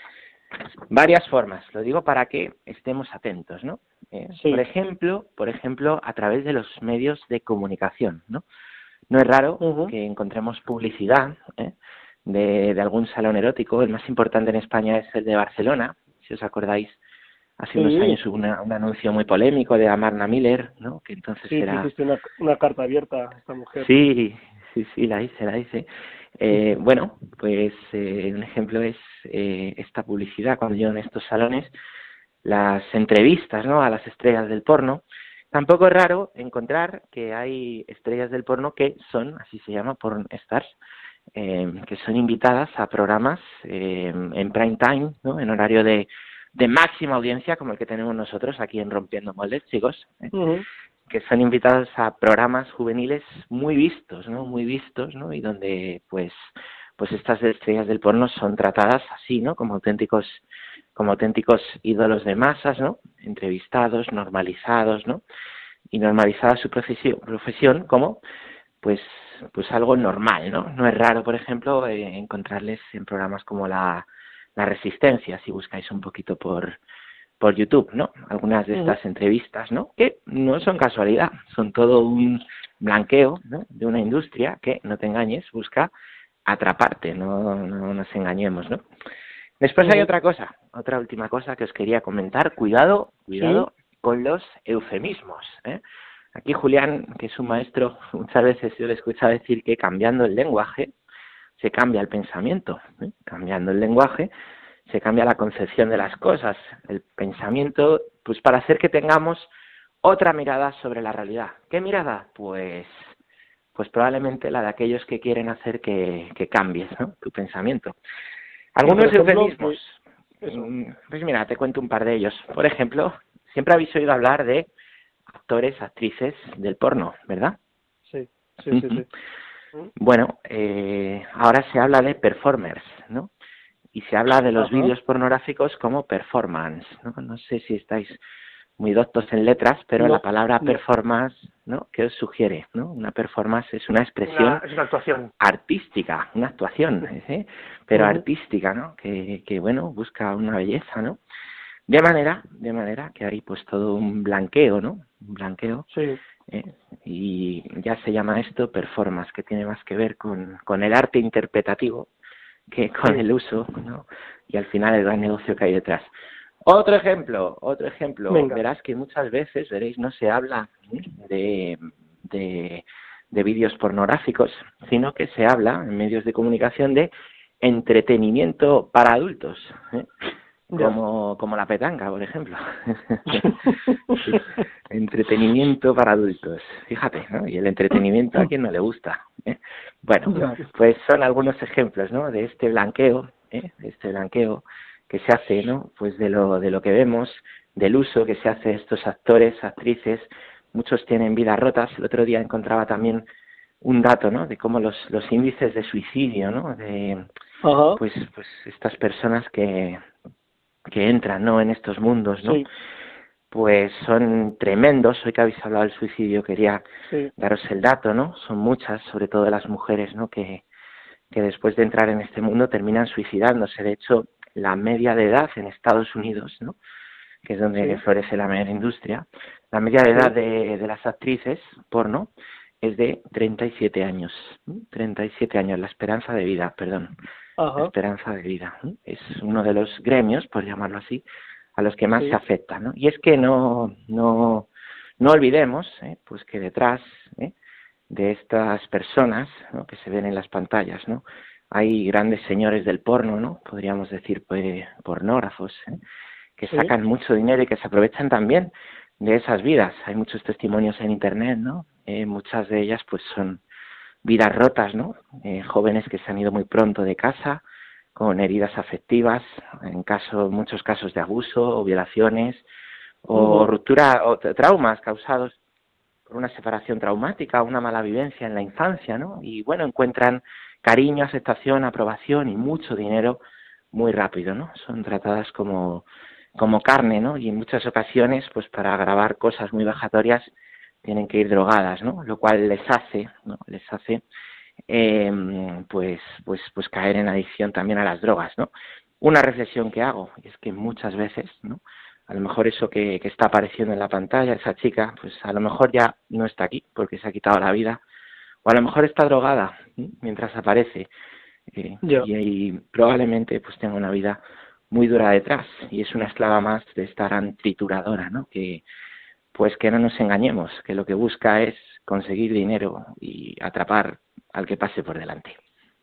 varias formas. Lo digo para que estemos atentos, ¿no? Eh, sí. Por ejemplo, por ejemplo, a través de los medios de comunicación, ¿no? No es raro uh-huh. que encontremos publicidad ¿eh? de, de algún salón erótico. El más importante en España es el de Barcelona. Si os acordáis, hace sí. unos años hubo una, un anuncio muy polémico de Amarna Miller, ¿no? Que entonces sí, era... hiciste una, una carta abierta a esta mujer. Sí, sí, sí, la hice, la hice. Eh, bueno, pues eh, un ejemplo es eh, esta publicidad. Cuando yo en estos salones, las entrevistas, ¿no? A las estrellas del porno. Tampoco es raro encontrar que hay estrellas del porno que son, así se llama, porn stars, eh, que son invitadas a programas eh, en prime time, ¿no? En horario de, de máxima audiencia, como el que tenemos nosotros aquí en Rompiendo Moldes, chicos, ¿eh? Uh-huh. que son invitados a programas juveniles muy vistos, ¿no? Muy vistos, ¿no? Y donde, pues, pues estas estrellas del porno son tratadas así, ¿no? Como auténticos como auténticos ídolos de masas, ¿no? Entrevistados, normalizados, ¿no? Y normalizada su profesión, profesión como, pues, pues algo normal, ¿no? No es raro, por ejemplo, eh, encontrarles en programas como la, la Resistencia, si buscáis un poquito por, por YouTube, ¿no? Algunas de estas uh-huh. entrevistas, ¿no? Que no son casualidad, son todo un blanqueo, ¿no? De una industria que, no te engañes, busca atraparte, no, no nos engañemos, ¿no? Después hay otra cosa, otra última cosa que os quería comentar. Cuidado, cuidado ¿Sí? con los eufemismos, ¿eh? Aquí Julián, que es un maestro, muchas veces yo le he escuchado decir que cambiando el lenguaje se cambia el pensamiento, ¿eh? Cambiando el lenguaje se cambia la concepción de las cosas, el pensamiento, pues para hacer que tengamos otra mirada sobre la realidad. ¿Qué mirada? Pues, pues probablemente la de aquellos que quieren hacer que, que cambies, ¿no? Tu pensamiento. Algunos eufemismos. Pues, pues mira, te cuento un par de ellos. Por ejemplo, siempre habéis oído hablar de actores, actrices del porno, ¿verdad? Sí, sí, sí. sí. Bueno, eh, ahora se habla de performers, ¿no? Y se habla de los Ajá. vídeos pornográficos como performance, ¿no? No sé si estáis muy doctos en letras, pero no, la palabra no. performance, ¿no? ¿Qué os sugiere, no? Una performance es una expresión una, es una actuación artística, una actuación, ¿eh? Pero uh-huh. artística, ¿no? Que, que, bueno, busca una belleza, ¿no? De manera, de manera que hay pues todo un blanqueo, ¿no? Un blanqueo. Sí. ¿eh? Y ya se llama esto performance, que tiene más que ver con, con el arte interpretativo que con sí. el uso, ¿no? Y al final el gran negocio que hay detrás. Otro ejemplo, otro ejemplo. Venga. Verás que muchas veces, veréis, no se habla de, de, de vídeos pornográficos, sino que se habla en medios de comunicación de entretenimiento para adultos, ¿eh? Como, como la petanca, por ejemplo. Sí. Entretenimiento para adultos. Fíjate, ¿no? Y el entretenimiento a quien no le gusta, ¿eh? Bueno, pues son algunos ejemplos, ¿no? De este blanqueo, ¿eh? De este blanqueo que se hace, ¿no? Pues de lo de lo que vemos, del uso que se hace de estos actores, actrices. Muchos tienen vidas rotas. El otro día encontraba también un dato, ¿no? De cómo los los índices de suicidio, ¿no? De uh-huh. pues pues estas personas que que entran, ¿no? En estos mundos, ¿no? Sí. Pues son tremendos. Hoy que habéis hablado del suicidio quería sí. daros el dato, ¿no? Son muchas, sobre todo las mujeres, ¿no? Que que después de entrar en este mundo terminan suicidándose. De hecho, la media de edad en Estados Unidos, ¿no? Que es donde sí. florece la mayor industria, la media de edad de, de las actrices porno es de treinta y siete años. treinta y siete años, la esperanza de vida, perdón. Ajá. La esperanza de vida. Es uno de los gremios, por llamarlo así, a los que más sí. se afecta, ¿no? Y es que no no no olvidemos, ¿eh? Pues que detrás ¿eh? de estas personas, ¿no? Que se ven en las pantallas, ¿no? Hay grandes señores del porno, ¿no? Podríamos decir pues, pornógrafos, ¿eh? Que sí. sacan mucho dinero y que se aprovechan también de esas vidas. Hay muchos testimonios en internet, ¿no? Eh, muchas de ellas pues son vidas rotas, ¿no? Eh, jóvenes que se han ido muy pronto de casa, con heridas afectivas, en caso, en muchos casos de abuso o violaciones, o ruptura o traumas causados por una separación traumática, una mala vivencia en la infancia, ¿no? Y bueno, encuentran cariño, aceptación, aprobación y mucho dinero muy rápido, ¿no? Son tratadas como, como carne, ¿no? Y en muchas ocasiones, pues para grabar cosas muy vejatorias, tienen que ir drogadas, ¿no? Lo cual les hace, ¿no? Les hace, eh, pues, pues, pues caer en adicción también a las drogas, ¿no? Una reflexión que hago es que muchas veces, ¿no? A lo mejor eso que, que está apareciendo en la pantalla, esa chica, pues a lo mejor ya no está aquí porque se ha quitado la vida, o a lo mejor está drogada, ¿sí? Mientras aparece, eh, y, y probablemente pues tenga una vida muy dura detrás, y es una esclava más de esta gran trituradora, ¿no? Que, pues que no nos engañemos, que lo que busca es conseguir dinero y atrapar al que pase por delante.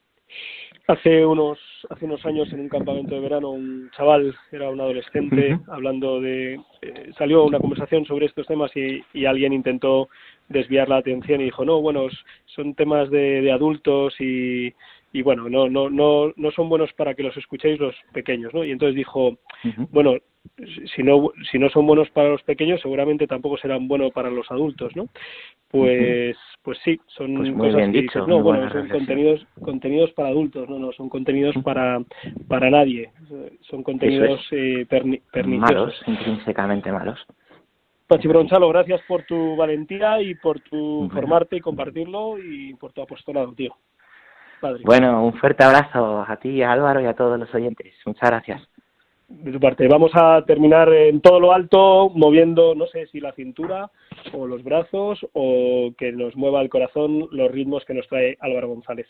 Hace unos hace unos años en un campamento de verano un chaval, era un adolescente, uh-huh. hablando de... Eh, salió una conversación sobre estos temas y, y alguien intentó desviar la atención y dijo, no, bueno, son temas de, de adultos y, y bueno, no no no no son buenos para que los escuchéis los pequeños, ¿no? Y entonces dijo, uh-huh. bueno, si no si no son buenos para los pequeños, seguramente tampoco serán buenos para los adultos, ¿no? Pues uh-huh. pues sí, son pues cosas bien que dicho, dices, no, bueno, son reflexión. contenidos contenidos para adultos, no, no, son contenidos uh-huh. para para nadie, son contenidos es. eh, perni- perniciosos. Malos, intrínsecamente malos. Pachi Bronchalo, gracias por tu valentía y por tu uh-huh. formarte y compartirlo y por tu apostolado, tío. Padre. Bueno, un fuerte abrazo a ti, a Álvaro y a todos los oyentes. Muchas gracias. De tu parte, vamos a terminar en todo lo alto, moviendo, no sé si la cintura o los brazos o que nos mueva el corazón los ritmos que nos trae Álvaro González.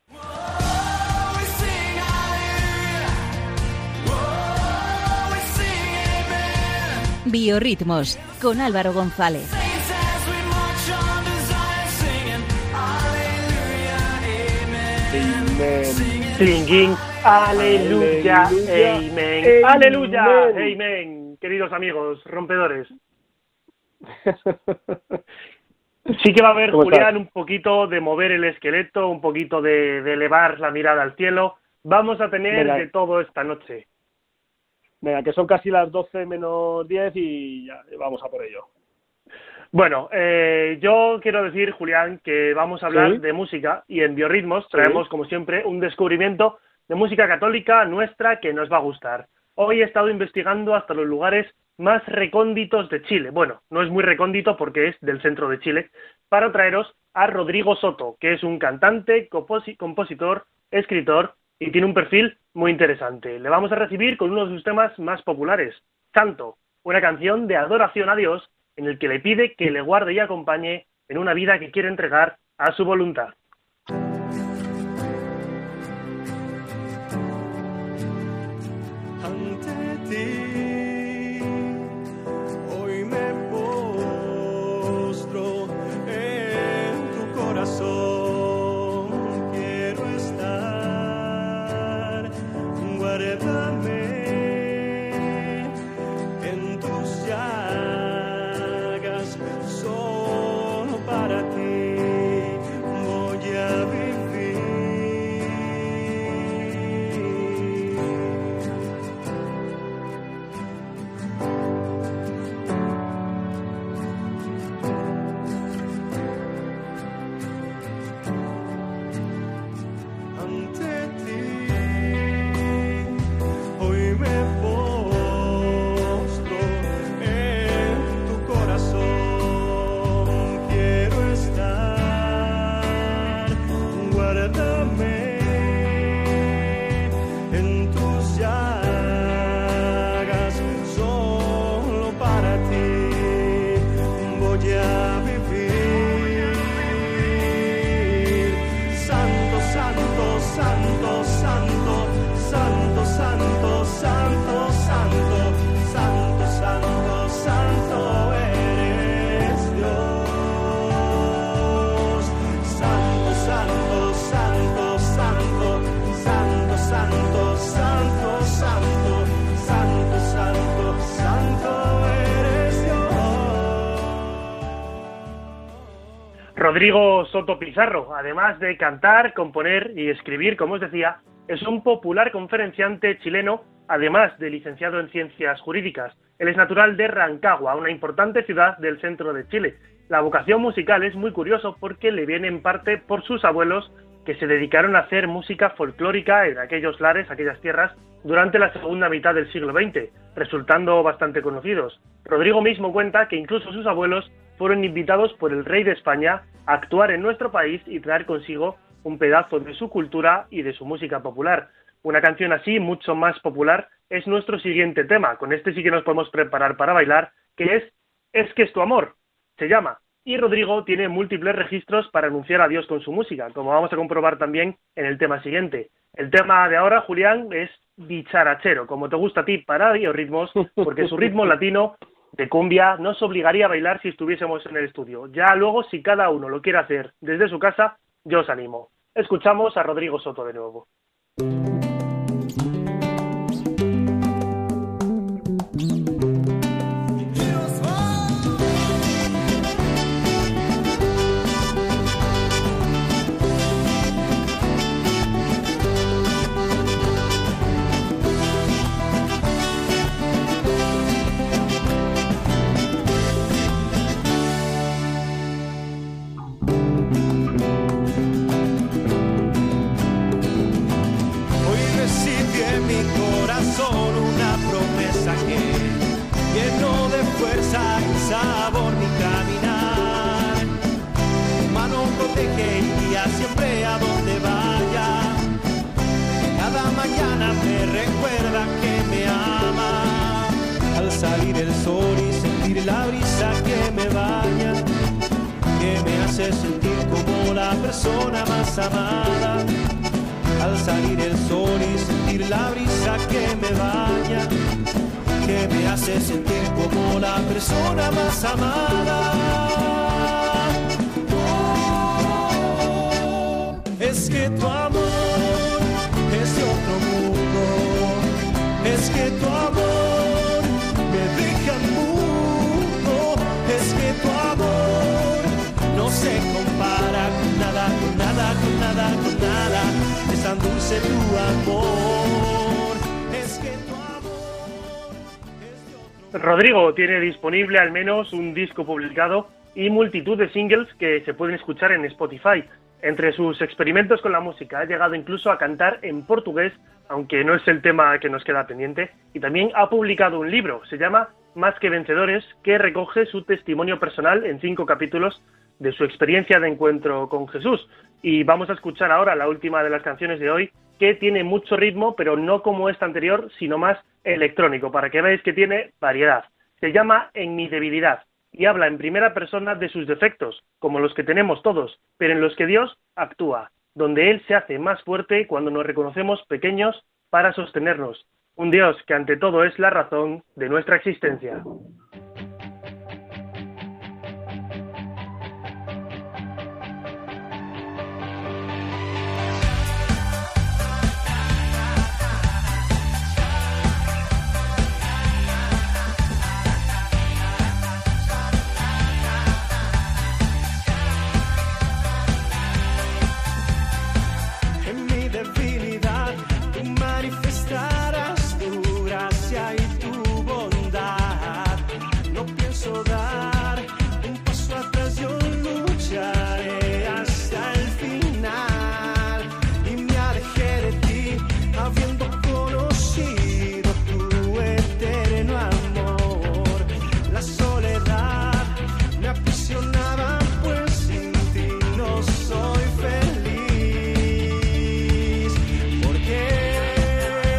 Biorritmos, con Álvaro González. Singing, aleluya, amen, aleluya, amen, queridos amigos, rompedores. Sí que va a haber, Julián, un poquito de mover el esqueleto, un poquito de, de elevar la mirada al cielo. Vamos a tener Venga. de todo esta noche. Venga, que son casi las doce menos diez y ya, vamos a por ello. Bueno, eh, yo quiero decir, Julián, que vamos a hablar ¿Sí? de música y en Biorritmos traemos, ¿Sí? como siempre, un descubrimiento de música católica nuestra que nos va a gustar. Hoy he estado investigando hasta los lugares más recónditos de Chile. Bueno, no es muy recóndito porque es del centro de Chile, para traeros a Rodrigo Soto, que es un cantante, composi- compositor, escritor y tiene un perfil muy interesante. Le vamos a recibir con uno de sus temas más populares, Santo, una canción de adoración a Dios en el que le pide que le guarde y acompañe en una vida que quiere entregar a su voluntad. Ante ti, hoy me postro en tu corazón, quiero estar, guárdame en tus llagas, solo para ti voy a vivir. Ante ti, hoy Rodrigo Soto Pizarro, además de cantar, componer y escribir, como os decía, es un popular conferenciante chileno, además de licenciado en Ciencias Jurídicas. Él es natural de Rancagua, una importante ciudad del centro de Chile. La vocación musical es muy curioso porque le viene en parte por sus abuelos, que se dedicaron a hacer música folclórica en aquellos lares, aquellas tierras, durante la segunda mitad del siglo veinte, resultando bastante conocidos. Rodrigo mismo cuenta que incluso sus abuelos fueron invitados por el rey de España a actuar en nuestro país y traer consigo un pedazo de su cultura y de su música popular. Una canción así, mucho más popular, es nuestro siguiente tema. Con este sí que nos podemos preparar para bailar, que es Es que es tu amor, se llama. Y Rodrigo tiene múltiples registros para anunciar a Dios con su música, como vamos a comprobar también en el tema siguiente. El tema de ahora, Julián, es dicharachero, como te gusta a ti, para biorritmos, porque su ritmo latino de cumbia nos obligaría a bailar si estuviésemos en el estudio. Ya luego, si cada uno lo quiere hacer desde su casa, yo os animo. Escuchamos a Rodrigo Soto de nuevo. Sabor mi caminar, mano protege y guía siempre a donde vaya. Cada mañana me recuerda que me ama. Al salir el sol y sentir la brisa que me baña, que me hace sentir como la persona más amada. Al salir el sol y sentir la brisa que me baña, que me hace sentir como la persona más amada. Oh, es que tu amor es de otro mundo, es que tu amor me deja mudo, es que tu amor no se compara con nada, con nada, con nada, con nada, es tan dulce tu amor, es que tu Rodrigo tiene disponible al menos un disco publicado y multitud de singles que se pueden escuchar en Spotify. Entre sus experimentos con la música ha llegado incluso a cantar en portugués, aunque no es el tema que nos queda pendiente, y también ha publicado un libro, se llama Más que Vencedores, que recoge su testimonio personal en cinco capítulos de su experiencia de encuentro con Jesús. Y vamos a escuchar ahora la última de las canciones de hoy, que tiene mucho ritmo, pero no como esta anterior, sino más electrónico, para que veáis que tiene variedad. Se llama En mi debilidad y habla en primera persona de sus defectos, como los que tenemos todos, pero en los que Dios actúa, donde Él se hace más fuerte cuando nos reconocemos pequeños para sostenernos. Un Dios que ante todo es la razón de nuestra existencia. soy feliz, porque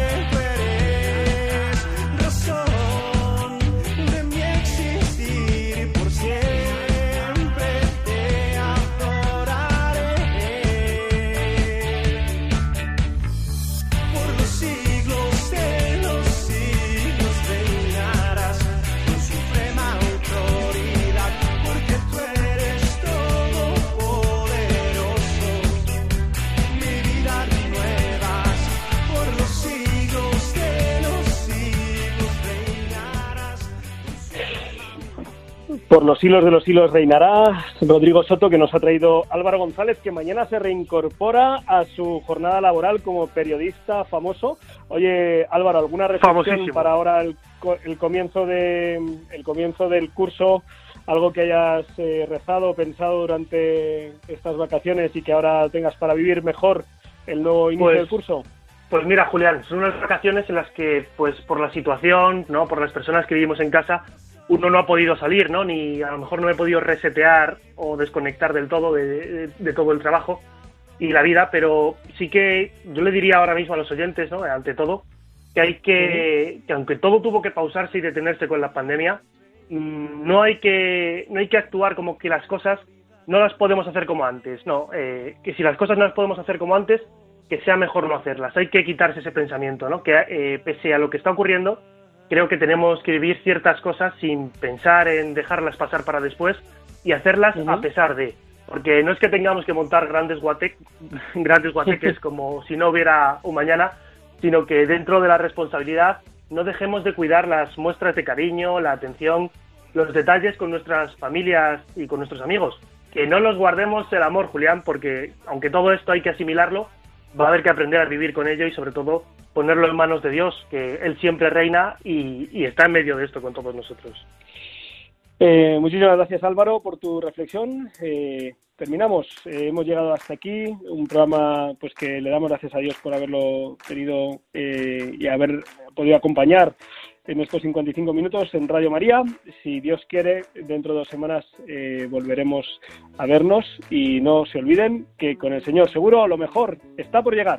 Por los hilos de los hilos reinará Rodrigo Soto, que nos ha traído Álvaro González, que mañana se reincorpora a su jornada laboral como periodista famoso. Oye, Álvaro, ¿alguna reflexión para ahora el, el comienzo de el comienzo del curso? Algo que hayas eh, rezado o pensado durante estas vacaciones y que ahora tengas para vivir mejor el nuevo inicio pues, del curso. Pues mira, Julián, son unas vacaciones en las que, pues por la situación, no, por las personas que vivimos en casa, uno no ha podido salir, ¿no? Ni a lo mejor no me he podido resetear o desconectar del todo de, de, de todo el trabajo y la vida, pero sí que yo le diría ahora mismo a los oyentes, ¿no? Ante todo, que hay que, que aunque todo tuvo que pausarse y detenerse con la pandemia, no hay que no hay que actuar como que las cosas no las podemos hacer como antes, no, eh, que si las cosas no las podemos hacer como antes, que sea mejor no hacerlas. Hay que quitarse ese pensamiento, ¿no? Que eh, pese a lo que está ocurriendo, creo que tenemos que vivir ciertas cosas sin pensar en dejarlas pasar para después y hacerlas uh-huh. a pesar de, porque no es que tengamos que montar grandes guate grandes guateques como si no hubiera un mañana, sino que dentro de la responsabilidad no dejemos de cuidar las muestras de cariño, la atención, los detalles con nuestras familias y con nuestros amigos. Que no los guardemos el amor, Julián, porque aunque todo esto hay que asimilarlo, va a haber que aprender a vivir con ello y sobre todo ponerlo en manos de Dios, que Él siempre reina y, y está en medio de esto con todos nosotros. Eh, muchísimas gracias, Álvaro, por tu reflexión. Eh, terminamos. Eh, hemos llegado hasta aquí. Un programa pues que le damos gracias a Dios por haberlo tenido eh, y haber podido acompañar en estos cincuenta y cinco minutos en Radio María. Si Dios quiere, dentro de dos semanas eh, volveremos a vernos y no se olviden que con el Señor seguro lo mejor está por llegar.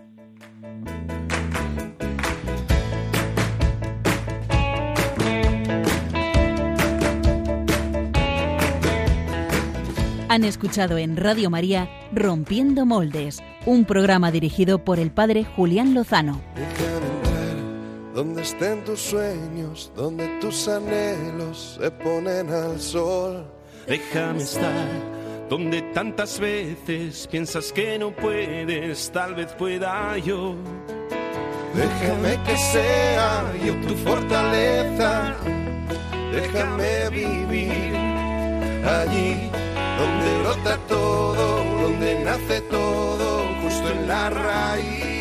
Han escuchado en Radio María Rompiendo Moldes, un programa dirigido por el padre Julián Lozano. Déjame entrar donde estén tus sueños, donde tus anhelos se ponen al sol. Déjame estar donde tantas veces piensas que no puedes, tal vez pueda yo. Déjame que sea yo tu fortaleza, déjame vivir allí donde brota todo, donde nace todo, justo en la raíz.